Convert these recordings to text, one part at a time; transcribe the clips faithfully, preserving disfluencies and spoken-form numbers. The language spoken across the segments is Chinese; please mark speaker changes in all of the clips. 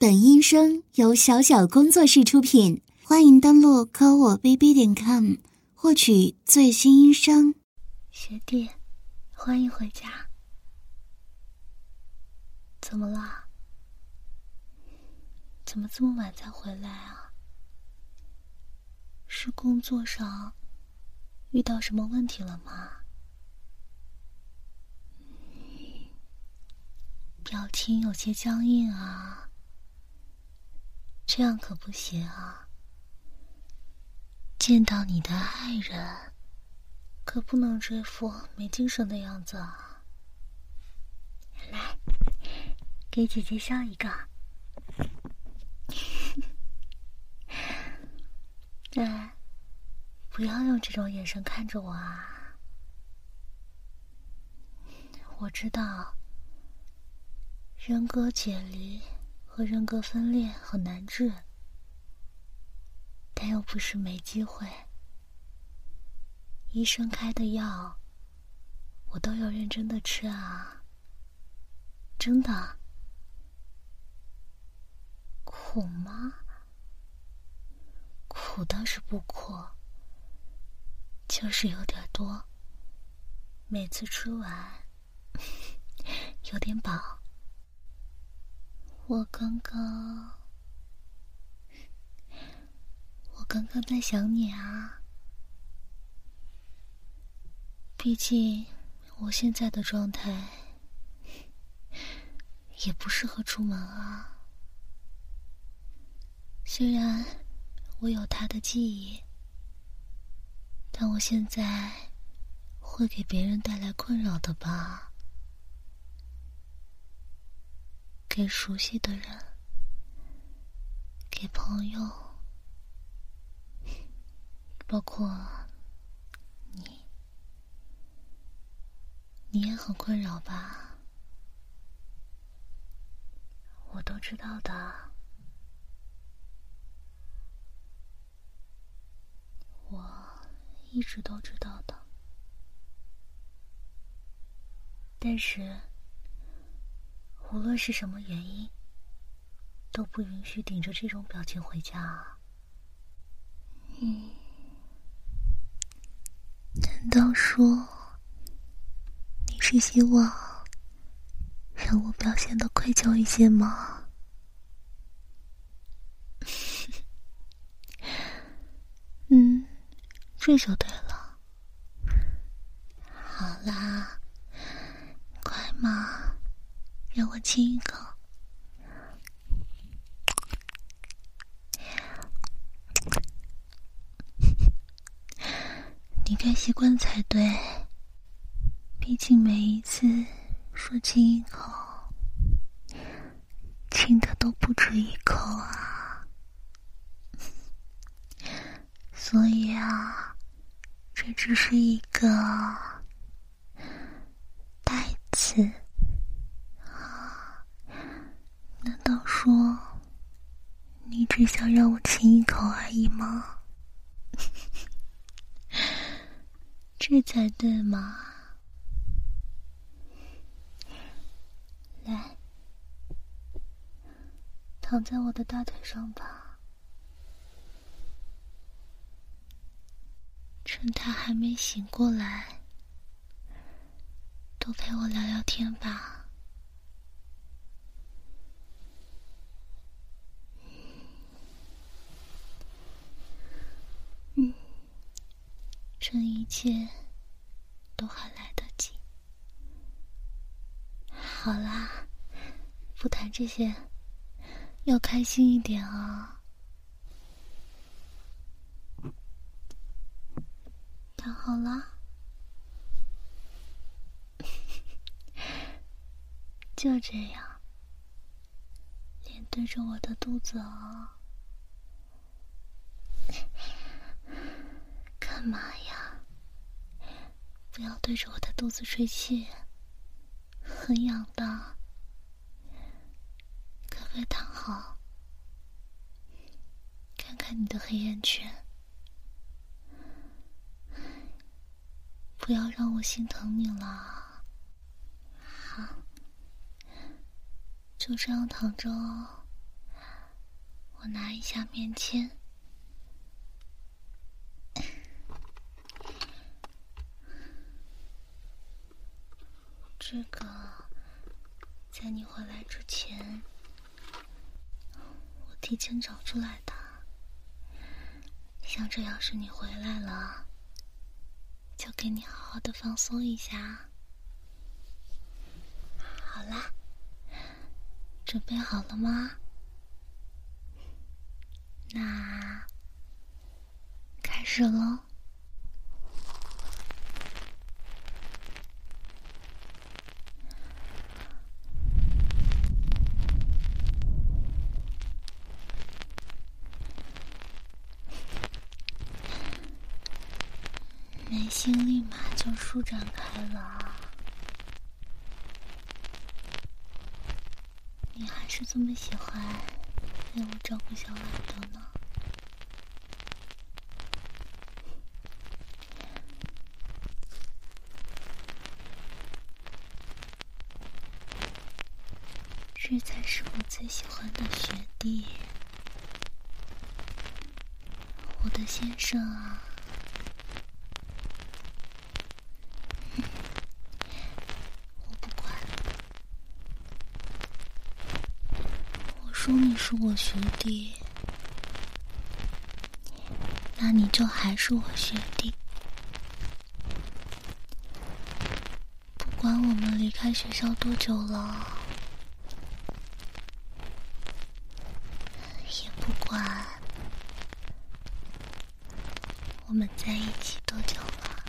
Speaker 1: 本音声由小小工作室出品，欢迎登录科我 B B 点 com 获取最新音声。
Speaker 2: 学弟，欢迎回家。怎么了？怎么这么晚才回来啊？是工作上遇到什么问题了吗？表情有些僵硬啊，这样可不行啊。见到你的爱人，可不能这副没精神的样子啊。来，给姐姐笑一个。哎，不要用这种眼神看着我啊。我知道人格解离和人格分裂很难治，但又不是没机会。医生开的药我都有认真的吃啊，真的。苦吗？苦倒是不苦，就是有点多，每次吃完有点饱。我刚刚我刚刚在想你啊，毕竟我现在的状态也不适合出门啊。虽然我有他的记忆，但我现在会给别人带来困扰的吧？给熟悉的人，给朋友，包括你，你也很困扰吧？我都知道的。我一直都知道的，但是无论是什么原因，都不允许顶着这种表情回家啊。嗯，难道说你是希望让我表现得愧疚一些吗？嗯，这就对了。好啦，快嘛，让我亲一口。你该习惯才对，毕竟每一次说亲一口，亲的都不止一口啊。所以啊，这只是一个代词啊。难道说你只想让我亲一口而已吗？这才对嘛。来，躺在我的大腿上吧，趁他还没醒过来，多陪我聊聊天吧。嗯，趁一切都还来得及。好啦，不谈这些，要开心一点啊。躺好了，就这样，脸对着我的肚子啊。干嘛呀？不要对着我的肚子吹气，很痒的。快快躺好，看看你的黑眼圈。不要让我心疼你了。好，就这样躺着哦， 我拿一下面签。这个在你回来之前我提前找出来的，想着要是你回来了就给你好好的放松一下。好啦，准备好了吗？那开始咯。眉心立马就舒展开了，你还是这么喜欢为我照顾小耳朵呢？这才是我最喜欢的学弟，我的先生啊。说你是我学弟，那你就还是我学弟。不管我们离开学校多久了，也不管我们在一起多久了，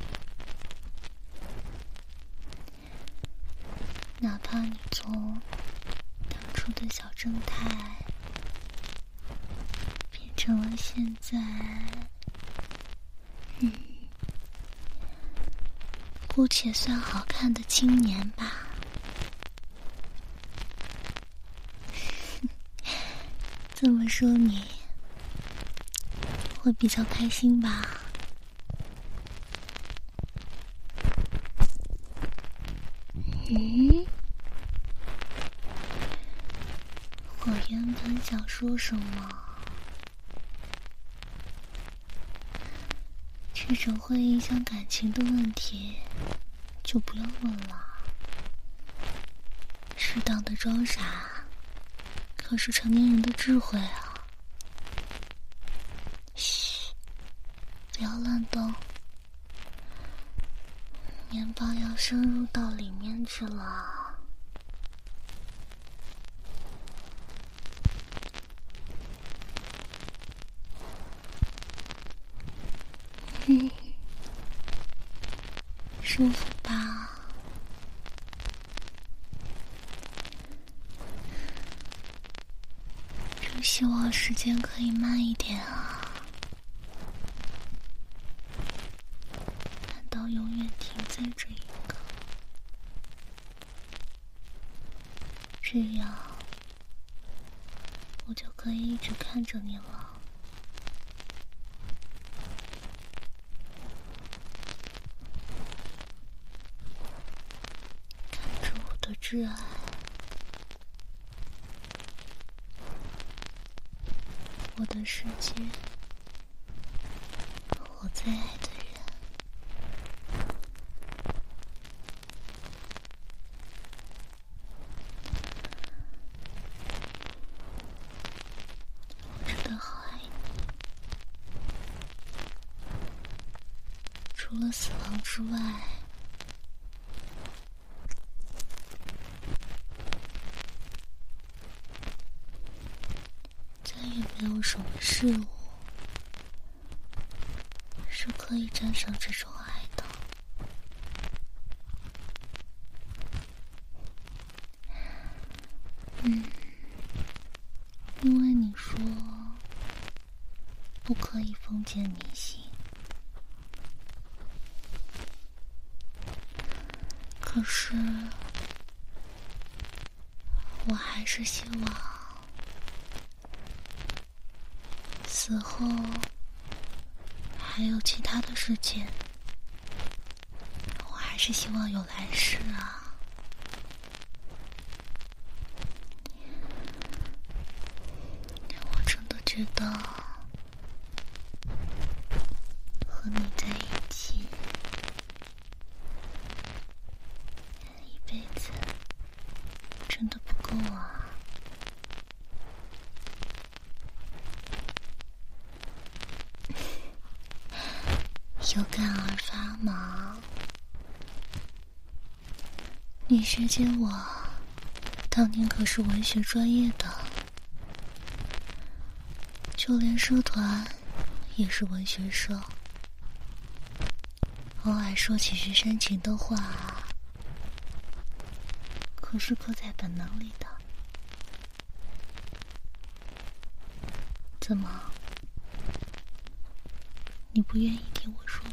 Speaker 2: 哪怕你从的小正太变成了现在嗯姑且算好看的青年吧。这么说你会比较开心吧？嗯，我原本想说什么，这种会影响感情的问题就不要问了。适当的装傻可是成年人的智慧啊。嘘，不要乱动，棉棒要深入到里面去了。嗯，舒服吧？真希望时间可以慢一点啊！难道永远停在这一刻？这样，我就可以一直看着你了。挚爱，我的世界，我最爱的人。我真的好爱你，除了死亡之外，没有什么事物是可以战胜这种爱的。嗯，因为你说不可以封建迷信，可是我还是希望死后还有其他的世界，我还是希望有来世啊。我知道和你在一起一辈子真的不够啊。有感而发吗？你学姐我当年可是文学专业的，就连社团也是文学社，偶尔说几句煽情的话，可是刻在本能里的。怎么，你不愿意听我说吗？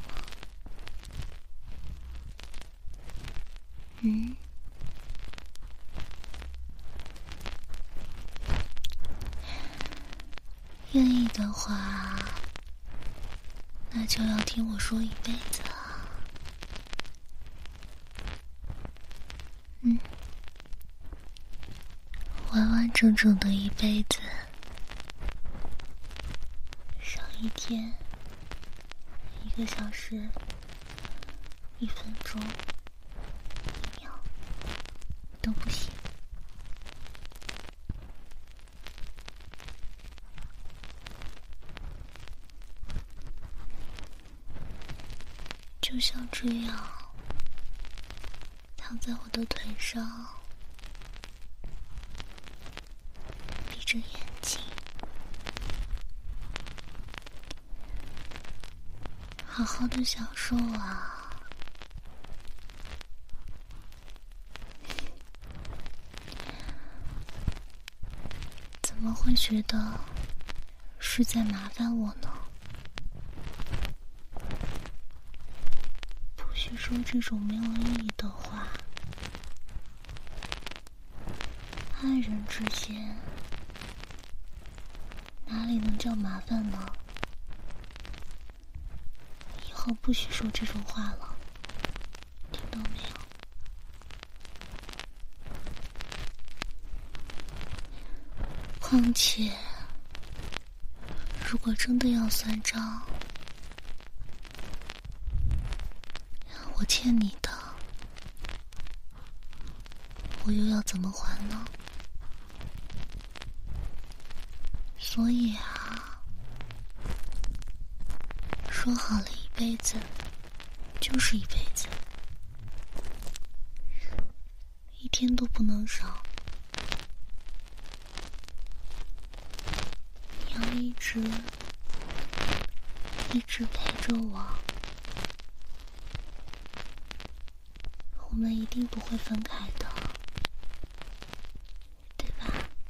Speaker 2: 嗯？愿意的话，那就要听我说一辈子啊。嗯，完完整整的一辈子，少一天，一个小时，一分钟，一秒都不行。就像这样躺在我的腿上，闭着眼睛，好好的享受啊。怎么会觉得是在麻烦我呢？不许说这种没有意义的话。爱人之间哪里能叫麻烦呢？以后不许说这种话了，听到没有？况且，如果真的要算账，我欠你的，我又要怎么还呢？所以啊，说好了一辈子就是一辈子，一天都不能少。你要一直一直陪着我，我们一定不会分开的，对吧？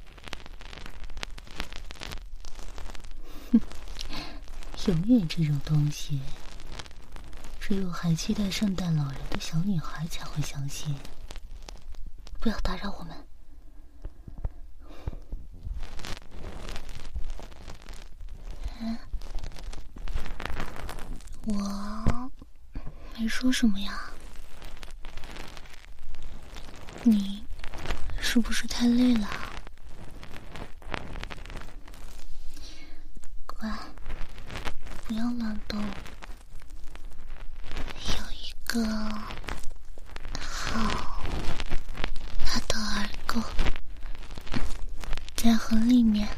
Speaker 2: 永远这种东西，只有还期待圣诞老人的小女孩才会相信。不要打扰我们。嗯，我没说什么呀。你是不是太累了？乖，不要乱动，有一个好大的耳垢在河里面，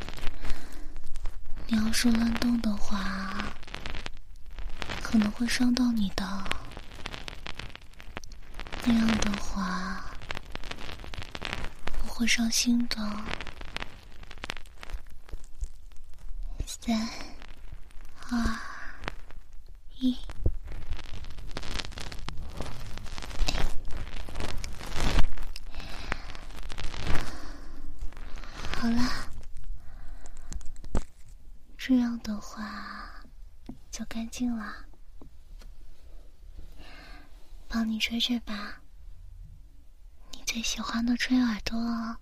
Speaker 2: 你要是乱动的话，可能会伤到你的。那样的话，我会伤心的。三、二、一。好啦，这样的话就干净了。帮你吹吹吧，你最喜欢的吹耳朵哦。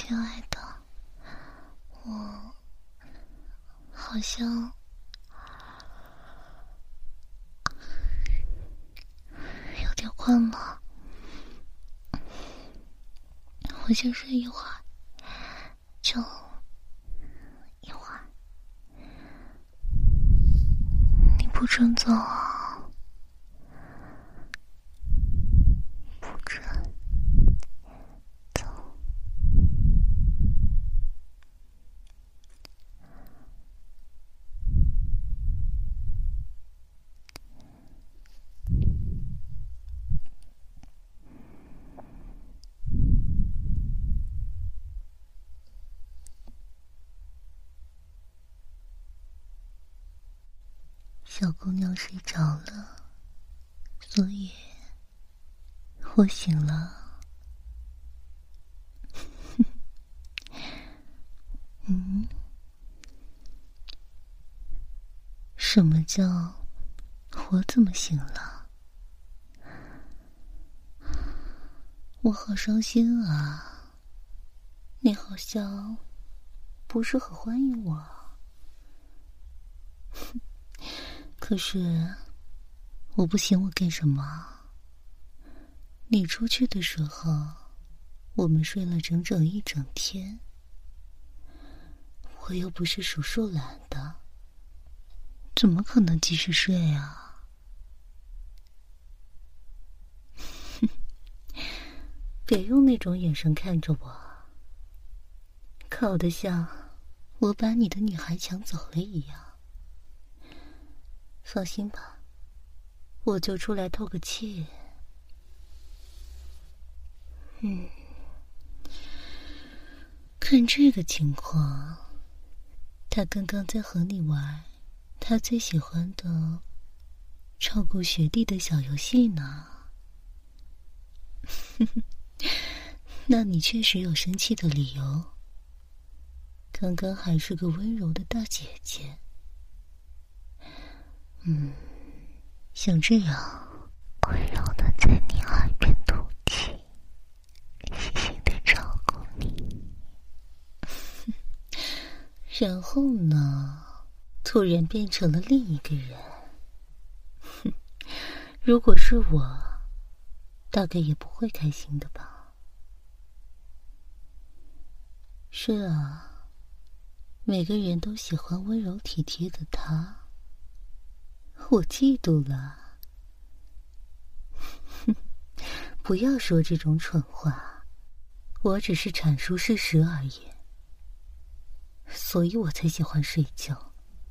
Speaker 2: 亲爱的，我好像有点困了，我先睡一会儿，就一会儿，你不准走啊，不准走。小姑娘睡着了，所以我醒了。嗯，什么叫我怎么醒了？我好伤心啊！你好像不是很欢迎我。可是我不醒我干什么？你出去的时候，我们睡了整整一整天，我又不是数数懒的，怎么可能继续睡啊？别用那种眼神看着我，搞得像我把你的女孩抢走了一样。放心吧，我就出来透个气。嗯，看这个情况，他刚刚在和你玩他最喜欢的照顾学弟的小游戏呢。那你确实有生气的理由，刚刚还是个温柔的大姐姐。嗯，像这样温柔的在你耳边吐气，细心的照顾你。然后呢，突然变成了另一个人。如果是我，大概也不会开心的吧。是啊，每个人都喜欢温柔体贴的他。我嫉妒了。不要说这种蠢话，我只是阐述事实而已。所以我才喜欢睡觉。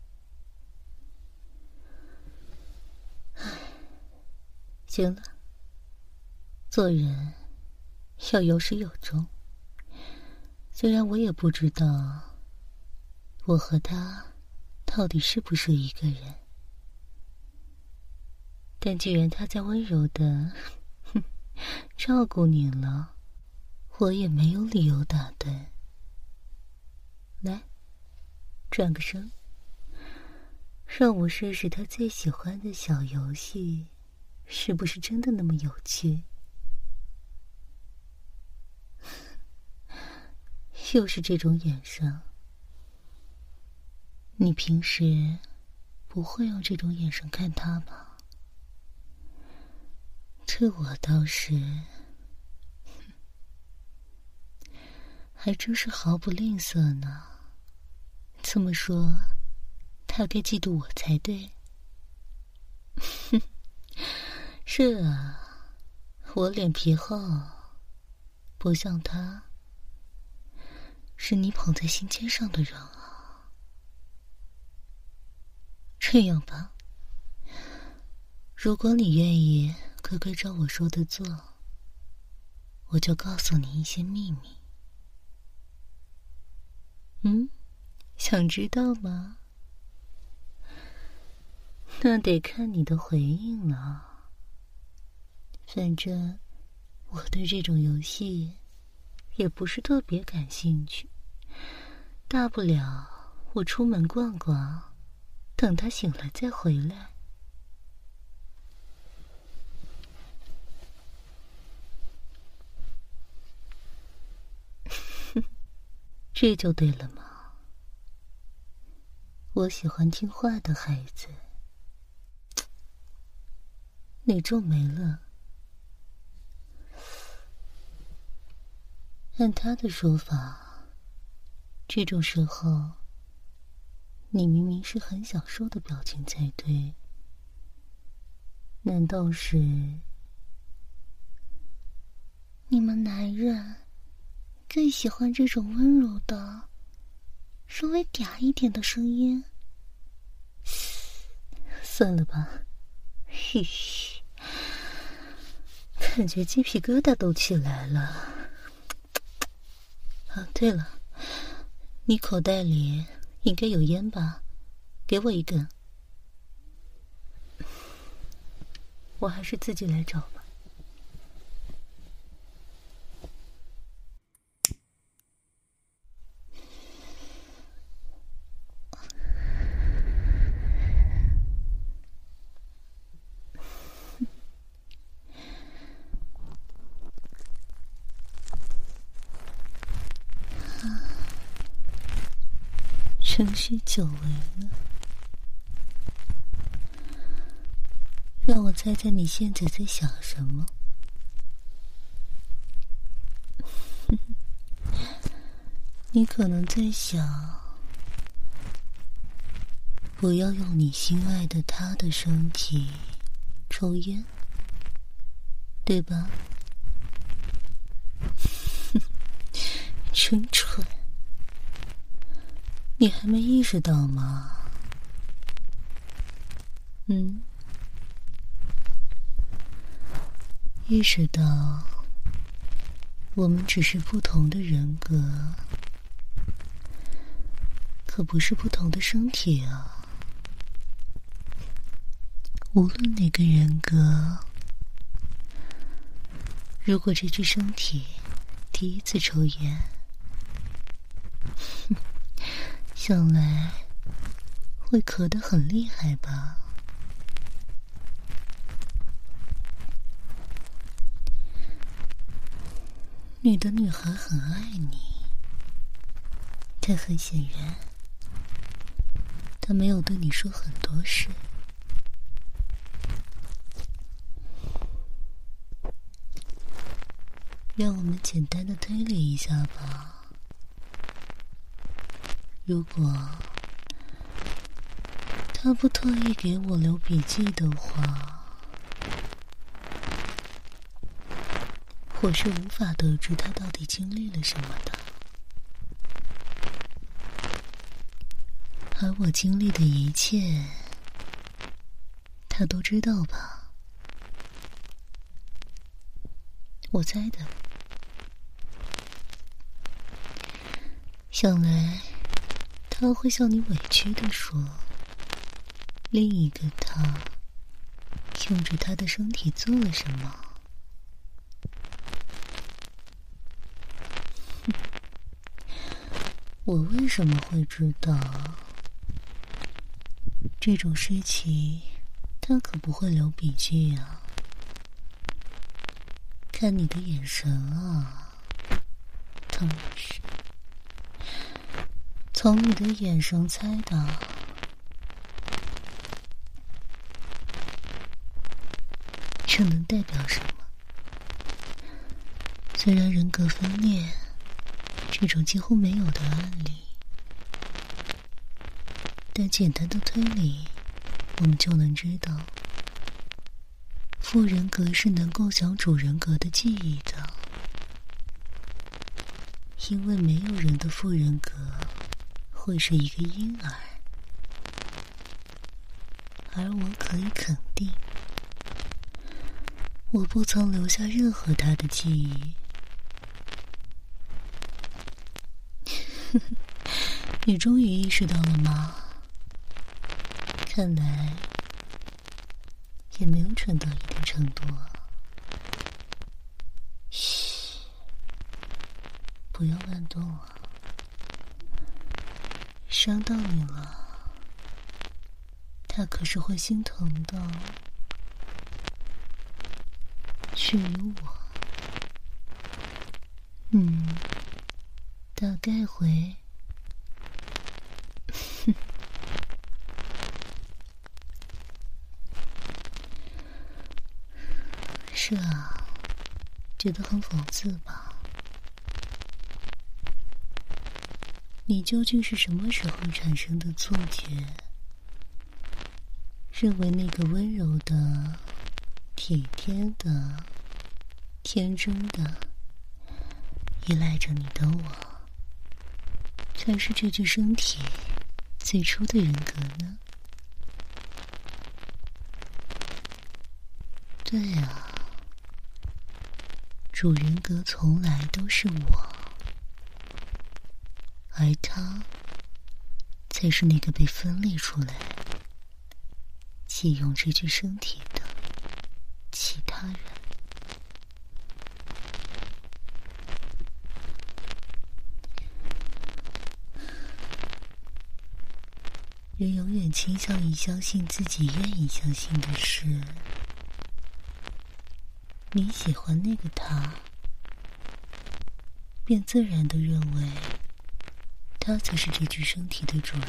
Speaker 2: 唉，行了，做人要有始有终。虽然我也不知道我和他到底是不是一个人，但既然他在温柔的照顾你了，我也没有理由打断。来，转个身，让我试试他最喜欢的小游戏是不是真的那么有趣。又是这种眼神，你平时不会用这种眼神看他吧？这我倒是还真是毫不吝啬呢。这么说，他该嫉妒我才对。是啊，我脸皮厚，不像他，是你捧在心尖上的人啊。这样吧，如果你愿意乖乖照我说的做，我就告诉你一些秘密。嗯，想知道吗？那得看你的回应了。反正我对这种游戏也不是特别感兴趣，大不了我出门逛逛，等他醒了再回来。 这就对了嘛。我喜欢听话的孩子。你皱眉了。按他的说法，这种时候你明明是很享受的表情才对。难道是
Speaker 1: 你们男人最喜欢这种温柔的稍微嗲一点的声音？
Speaker 2: 算了吧。嘿嘿，感觉鸡皮疙瘩都起来了。啊，对了，你口袋里应该有烟吧？给我一根。我还是自己来找吧。程序久违了，让我猜猜你现在在想什么？你可能在想，不要用你心爱的他的身体抽烟，对吧？真蠢！你还没意识到吗？嗯，意识到我们只是不同的人格，可不是不同的身体啊。无论哪个人格，如果这具身体第一次抽烟，想来会咳得很厉害吧？你的女孩很爱你，但很显然，她没有对你说很多事。让我们简单的推理一下吧。如果他不特意给我留笔记的话，我是无法得知他到底经历了什么的。而我经历的一切，他都知道吧？我猜的。想来他会向你委屈地说，另一个他用着他的身体做了什么。我为什么会知道？这种事情他可不会留笔记啊。看你的眼神啊，当然是从你的眼神猜到，这能代表什么？虽然人格分裂这种几乎没有的案例，但简单的推理，我们就能知道，副人格是能共享主人格的记忆的，因为没有人的副人格会是一个婴儿，而我可以肯定，我不曾留下任何他的记忆。你终于意识到了吗？看来也没有蠢到一定程度啊。嘘，不要乱动啊，伤到你了，他可是会心疼的。至于我，嗯，大大概会是啊，觉得很讽刺吧？你究竟是什么时候产生的错觉，认为那个温柔的、体贴的、天真的、依赖着你的我，才是这具身体最初的人格呢？对啊，主人格从来都是我，而他才是那个被分裂出来借用这具身体的其他人。人永远倾向于相信自己愿意相信的事。你喜欢那个他，便自然地认为他才是这具身体的主人，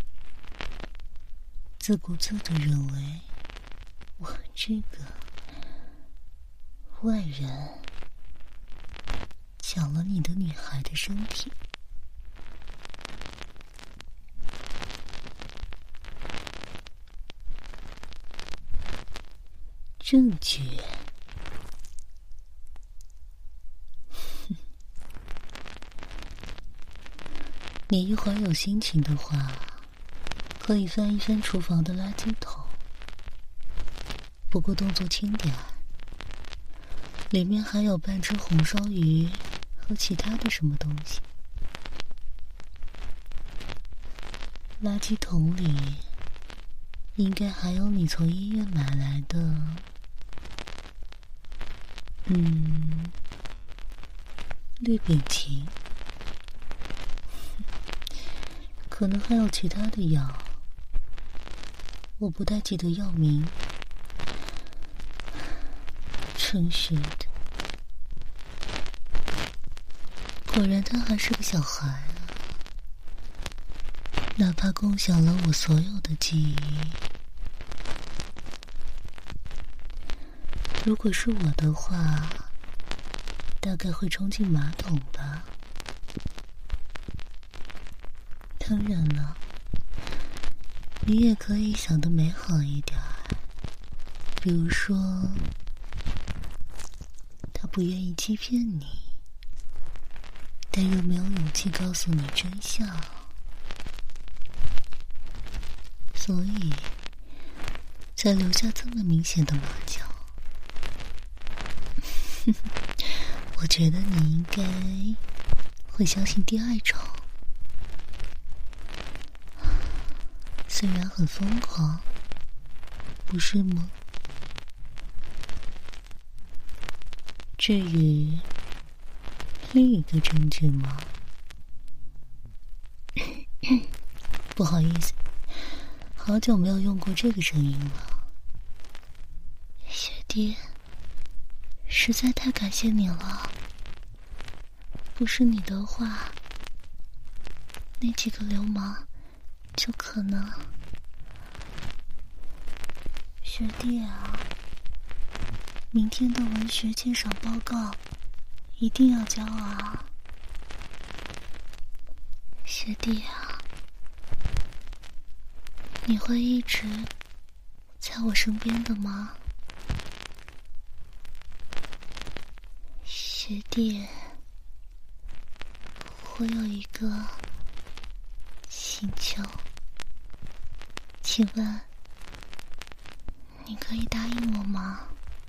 Speaker 2: 自顾自地认为我这个外人抢了你的女孩的身体。证据你一会儿有心情的话，可以翻一翻厨房的垃圾桶，不过动作轻点儿，里面还有半只红烧鱼和其他的什么东西。垃圾桶里应该还有你从医院买来的，嗯，绿丙嗪。可能还有其他的药，我不太记得药名。真是的，果然他还是个小孩啊，哪怕共享了我所有的记忆。如果是我的话，大概会冲进马桶吧。当然了，你也可以想得美好一点，比如说他不愿意欺骗你，但又没有勇气告诉你真相，所以才留下这么明显的马脚。我觉得你应该会相信第二种，虽然很疯狂，不是吗？至于另一个证据吗？不好意思，好久没有用过这个声音了。学弟，实在太感谢你了，不是你的话，那几个流氓就可能……学弟啊，明天的文学鉴赏报告一定要交啊！学弟啊，你会一直在我身边的吗？学弟，我有一个请求，请问你可以答应我吗？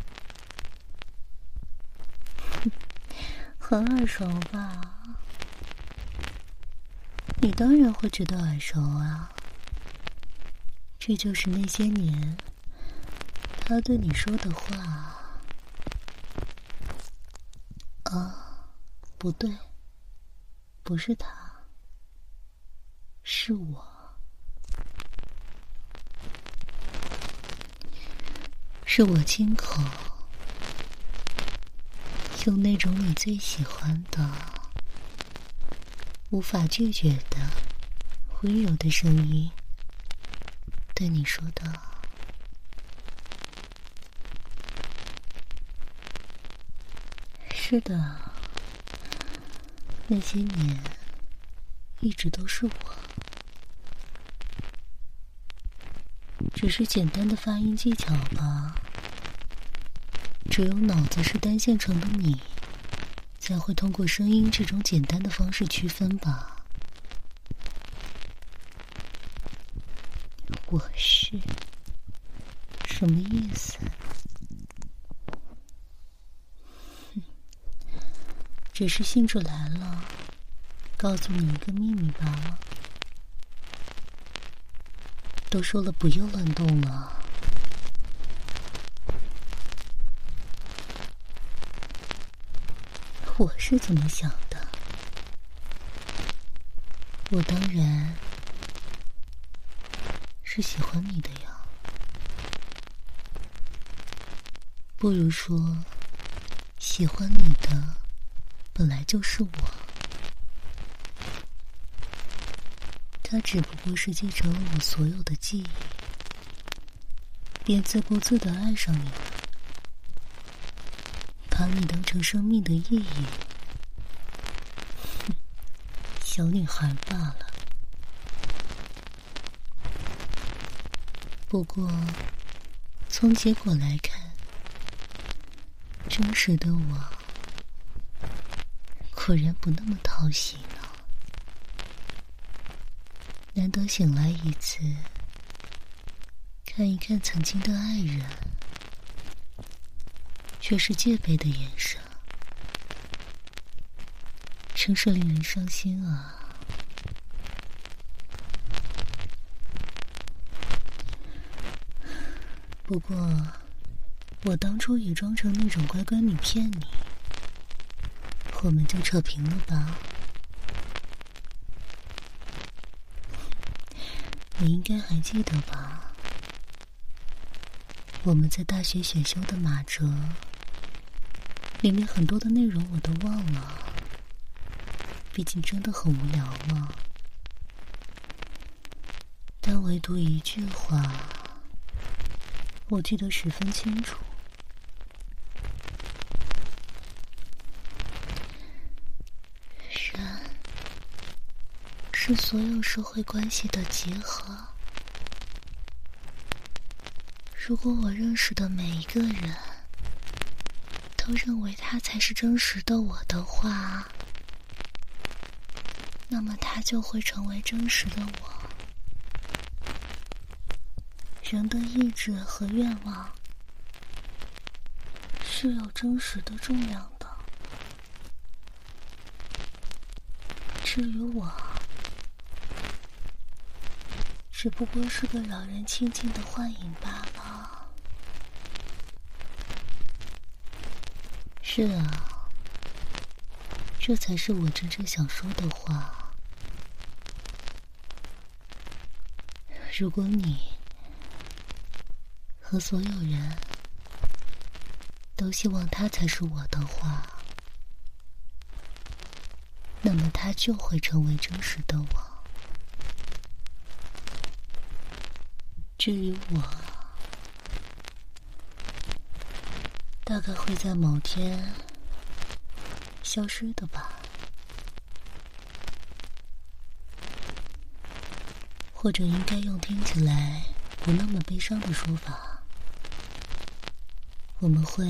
Speaker 2: 很耳熟吧？你当然会觉得耳熟啊，这就是那些年他对你说的话。啊，不对，不是他，是我。是我亲口用那种你最喜欢的无法拒绝的温柔的声音对你说道：是的，那些年一直都是我，只是简单的发音技巧吧，只有脑子是单线程的你才会通过声音这种简单的方式区分吧。我是什么意思？哼，只是兴致来了，告诉你一个秘密罢了。都说了不要乱动了。我是怎么想的？我当然是喜欢你的呀。不如说，喜欢你的本来就是我。他只不过是继承了我所有的记忆，便自顾自地爱上你了，把你当成生命的意义。哼，小女孩罢了。不过，从结果来看，真实的我果然不那么讨喜呢。难得醒来一次，看一看曾经的爱人，却是戒备的眼神，真是令人伤心啊。不过我当初也装成那种乖乖女骗你，我们就扯平了吧。你应该还记得吧，我们在大学选修的马哲里面很多的内容我都忘了，毕竟真的很无聊嘛。但唯独一句话我记得十分清楚，人是所有社会关系的结合。如果我认识的每一个人都认为他才是真实的我的话，那么他就会成为真实的我。人的意志和愿望是有真实的重量的。至于我，只不过是个扰人亲近的幻影罢了。是啊，这才是我真正想说的话。如果你和所有人都希望他才是我的话，那么他就会成为真实的我。至于我，大概会在某天消失的吧，或者应该用听起来不那么悲伤的说法，我们会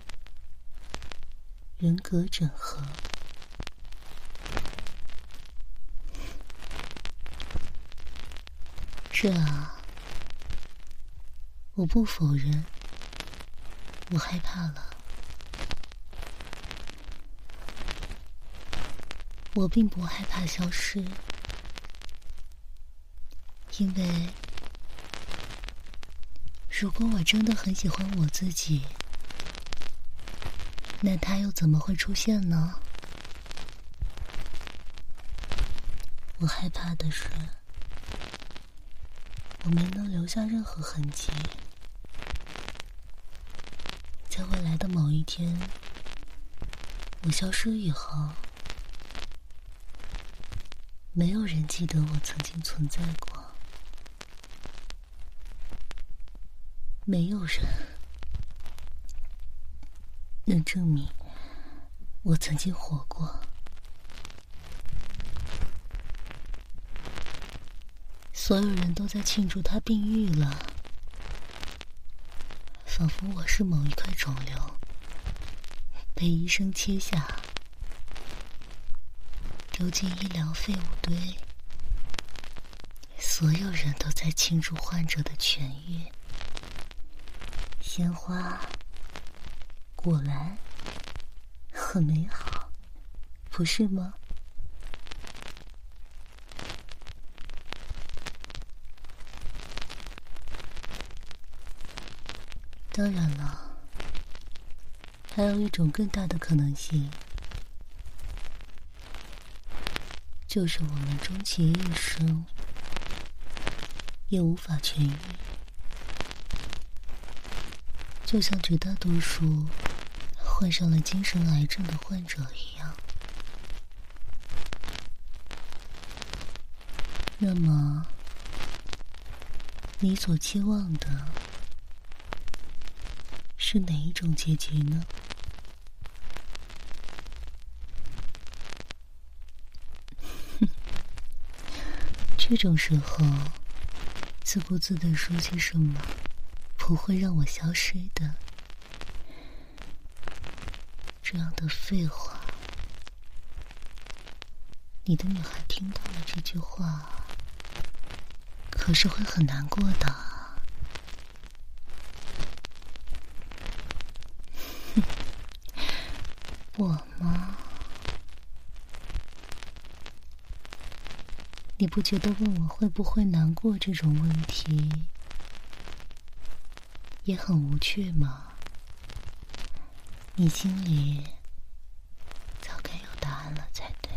Speaker 2: 人格整合。是啊，我不否认，我害怕了。我并不害怕消失，因为如果我真的很喜欢我自己，那他又怎么会出现呢？我害怕的是，我没能留下任何痕迹，在未来的某一天，我消失以后， 没有人记得我曾经存在过，没有人能证明我曾经活过。所有人都在庆祝他病愈了，仿佛我是某一块肿瘤，被医生切下，丢进医疗废物堆。所有人都在庆祝患者的痊愈，鲜花、果篮，很美好，不是吗？当然了，还有一种更大的可能性，就是我们终其一生也无法痊愈，就像绝大多数患上了精神癌症的患者一样。那么，你所期望的是哪一种结局呢？这种时候，自顾自地说些什么不会让我消失的，这样的废话，你的女孩听到了这句话，可是会很难过的。我吗？你不觉得问我会不会难过这种问题也很无趣吗？你心里早该有答案了才对。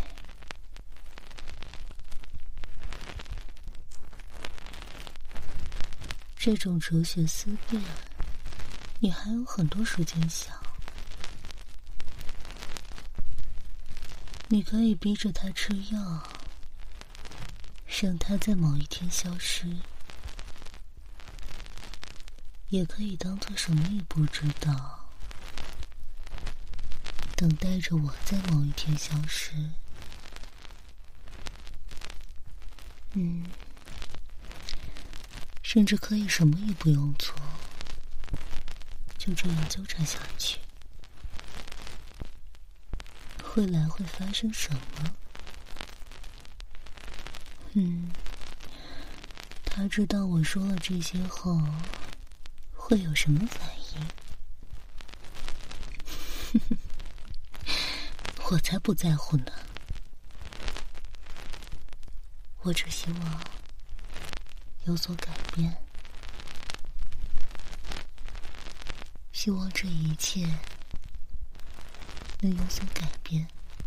Speaker 2: 这种哲学思辨，你还有很多时间想。你可以逼着他吃药，让他在某一天消失，也可以当做什么也不知道，等待着我在某一天消失。嗯，甚至可以什么也不用做，就这样纠缠下去。未来会发生什么？嗯，他知道我说了这些后会有什么反应？我才不在乎呢。我只希望有所改变，希望这一切能有所改变。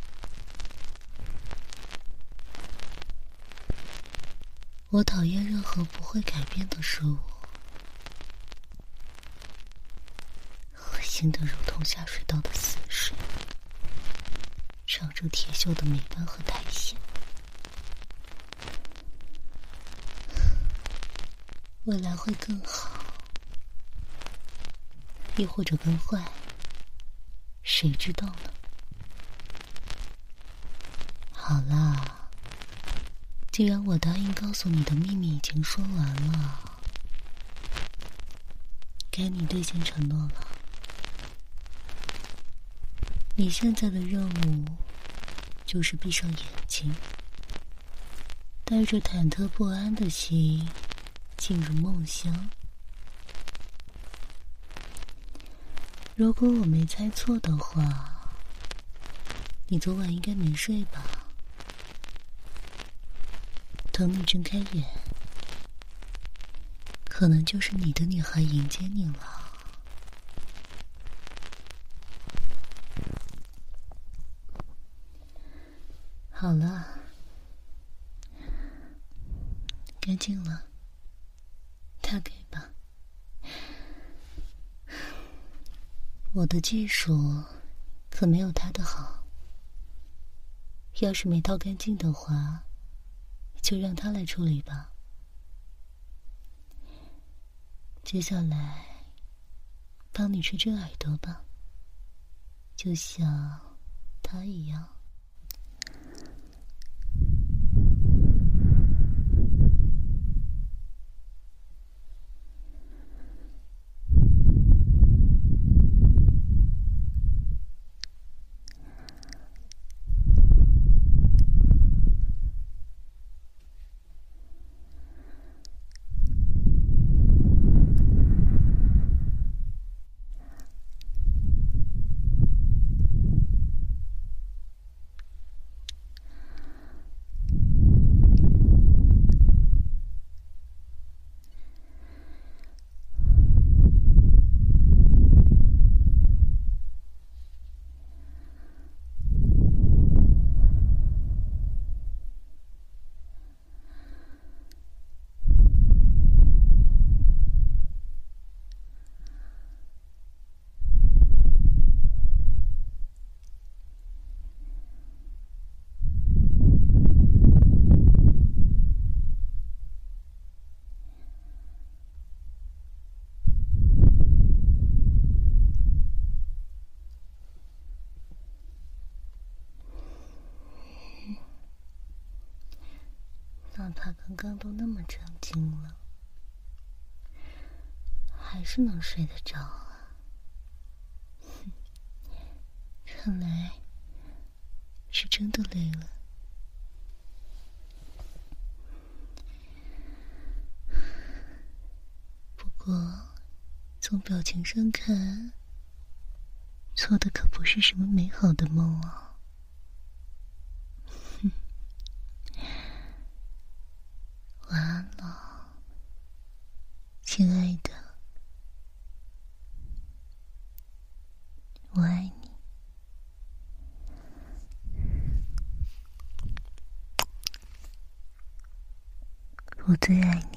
Speaker 2: 我讨厌任何不会改变的事物，恶心的如同下水道的死水，长着铁锈的霉斑和苔藓。未来会更好，亦或者更坏，谁知道呢？好啦，既然我答应告诉你的秘密已经说完了，该你兑现承诺了。你现在的任务就是闭上眼睛，带着忐忑不安的心进入梦乡。如果我没猜错的话，你昨晚应该没睡吧？等你睁开眼，可能就是你的女孩迎接你了。好了，干净了，他给吧。我的技术可没有他的好，要是没掏干净的话， 就让他来处理吧。接下来帮你吹吹耳朵吧，就像他一样。哪怕刚刚都那么长精了，还是能睡得着啊。哼，看来是真的累了。不过从表情上看，做的可不是什么美好的梦啊。晚安了，亲爱的，我爱你。我最爱你。